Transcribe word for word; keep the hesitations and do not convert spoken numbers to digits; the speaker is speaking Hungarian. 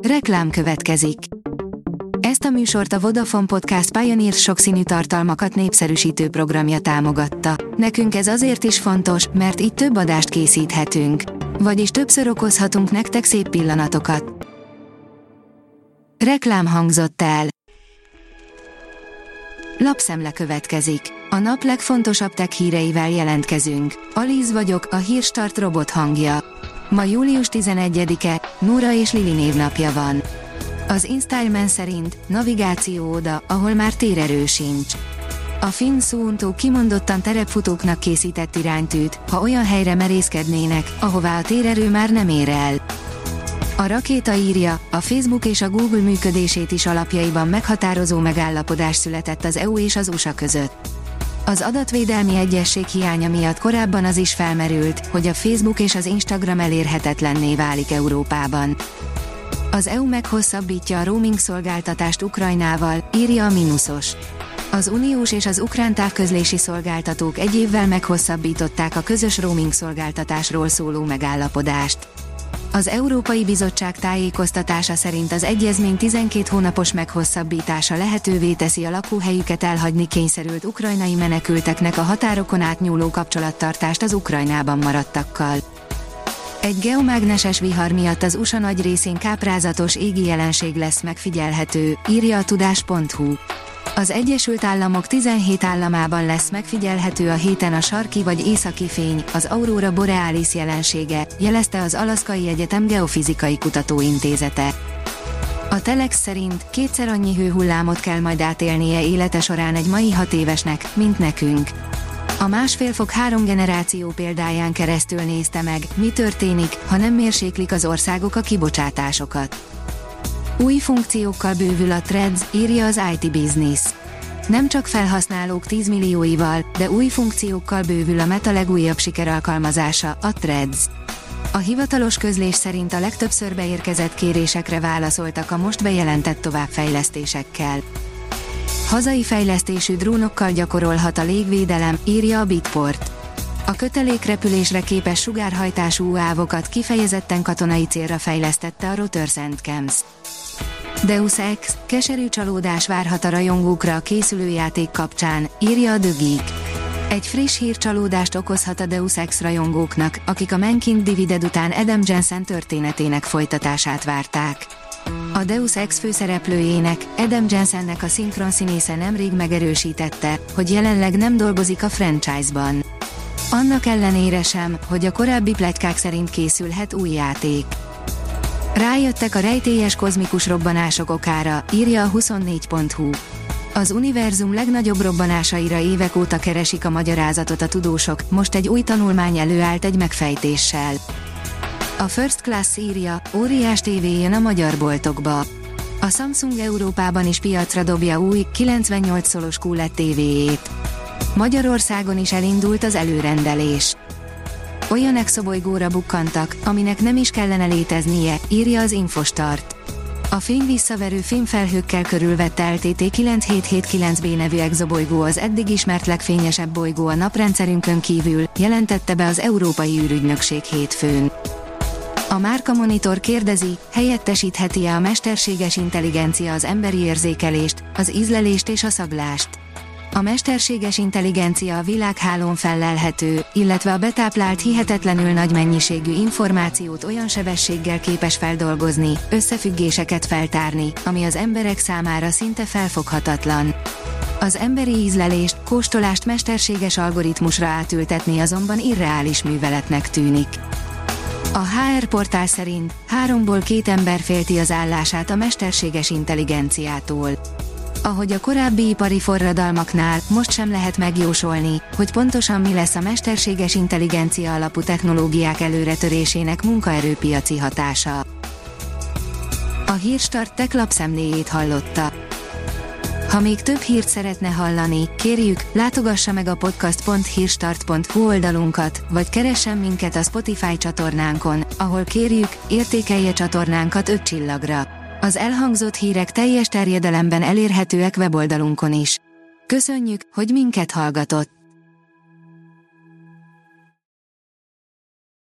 Reklám következik. Ezt a műsort a Vodafone Podcast Pioneer sokszínű tartalmakat népszerűsítő programja támogatta. Nekünk ez azért is fontos, mert így több adást készíthetünk. Vagyis többször okozhatunk nektek szép pillanatokat. Reklám hangzott el. Lapszemle következik. A nap legfontosabb tech híreivel jelentkezünk. Alíz vagyok, a Hírstart robot hangja. Ma július tizenegyedike, Nóra és Lili névnapja van. Az InStyleman szerint navigáció oda, ahol már térerő sincs. A finn Suunto kimondottan terepfutóknak készített iránytűt, ha olyan helyre merészkednének, ahová a térerő már nem ér el. A Rakéta írja, a Facebook és a Google működését is alapjaiban meghatározó megállapodás született az é u és az u es á között. Az adatvédelmi egyezség hiánya miatt korábban az is felmerült, hogy a Facebook és az Instagram elérhetetlenné válik Európában. Az é u meghosszabbítja a roaming szolgáltatást Ukrajnával, írja a Minusos. Az uniós és az ukrán távközlési szolgáltatók egy évvel meghosszabbították a közös roaming szolgáltatásról szóló megállapodást. Az Európai Bizottság tájékoztatása szerint az egyezmény tizenkét hónapos meghosszabbítása lehetővé teszi a lakóhelyüket elhagyni kényszerült ukrajnai menekülteknek a határokon átnyúló kapcsolattartást az Ukrajnában maradtakkal. Egy geomágneses vihar miatt az u es á nagy részén káprázatos égi jelenség lesz megfigyelhető, írja a tudás pont hu. Az Egyesült Államok tizenhét államában lesz megfigyelhető a héten a sarki vagy északi fény, az aurora borealis jelensége, jelezte az Alaszkai Egyetem Geofizikai Kutatóintézete. A Telex szerint kétszer annyi hőhullámot kell majd átélnie élete során egy mai hat évesnek, mint nekünk. A másfél fok három generáció példáján keresztül nézte meg, mi történik, ha nem mérséklik az országok a kibocsátásokat. Új funkciókkal bővül a Threads, írja az i té Business. Nem csak felhasználók tízmillióival, de új funkciókkal bővül a Meta legújabb sikeralkalmazása, a Threads. A hivatalos közlés szerint a legtöbbször beérkezett kérésekre válaszoltak a most bejelentett továbbfejlesztésekkel. Hazai fejlesztésű drónokkal gyakorolhat a légvédelem, írja a Bitport. A kötelékrepülésre képes sugárhajtású u á vokat kifejezetten katonai célra fejlesztette a Rotors and Camps. Deus Ex, keserű csalódás várhat a rajongókra a készülő játék kapcsán, írja a The Geek. Egy friss hír csalódást okozhat a Deus Ex rajongóknak, akik a Mankind Divided után Adam Jensen történetének folytatását várták. A Deus Ex főszereplőjének, Adam Jensennek a szinkronszínésze nemrég megerősítette, hogy jelenleg nem dolgozik a franchise-ban. Annak ellenére sem, hogy a korábbi pletykák szerint készülhet új játék. Rájöttek a rejtélyes kozmikus robbanások okára, írja a huszonnégy pont hu. Az univerzum legnagyobb robbanásaira évek óta keresik a magyarázatot a tudósok, most egy új tanulmány előállt egy megfejtéssel. A First Class írja, óriás tévé jön a magyar boltokba. A Samsung Európában is piacra dobja új, kilencvennyolc szolos kú el é dé tévéjét. Magyarországon is elindult az előrendelés. Olyan exobolygóra bukkantak, aminek nem is kellene léteznie, írja az Infostart. A fényvisszaverő fémfelhőkkel körülvett el té té kilencszáz hetvenkilenc bé nevű exobolygó az eddig ismert legfényesebb bolygó a naprendszerünkön kívül, jelentette be az Európai űrügynökség hétfőn. A Márka Monitor kérdezi, helyettesítheti-e a mesterséges intelligencia az emberi érzékelést, az ízlelést és a szaglást. A mesterséges intelligencia a világhálón fellelhető, illetve a betáplált hihetetlenül nagy mennyiségű információt olyan sebességgel képes feldolgozni, összefüggéseket feltárni, ami az emberek számára szinte felfoghatatlan. Az emberi ízlelést, kóstolást mesterséges algoritmusra átültetni azonban irreális műveletnek tűnik. A há er portál szerint háromból két ember félti az állását a mesterséges intelligenciától. Ahogy a korábbi ipari forradalmaknál, most sem lehet megjósolni, hogy pontosan mi lesz a mesterséges intelligencia alapú technológiák előretörésének munkaerőpiaci hatása. A Hírstart Tech lapszemléjét hallotta. Ha még több hírt szeretne hallani, kérjük, látogassa meg a podcast pont hírstart pont hu oldalunkat, vagy keressen minket a Spotify csatornánkon, ahol kérjük, értékelje csatornánkat öt csillagra. Az elhangzott hírek teljes terjedelemben elérhetőek weboldalunkon is. Köszönjük, hogy minket hallgatott!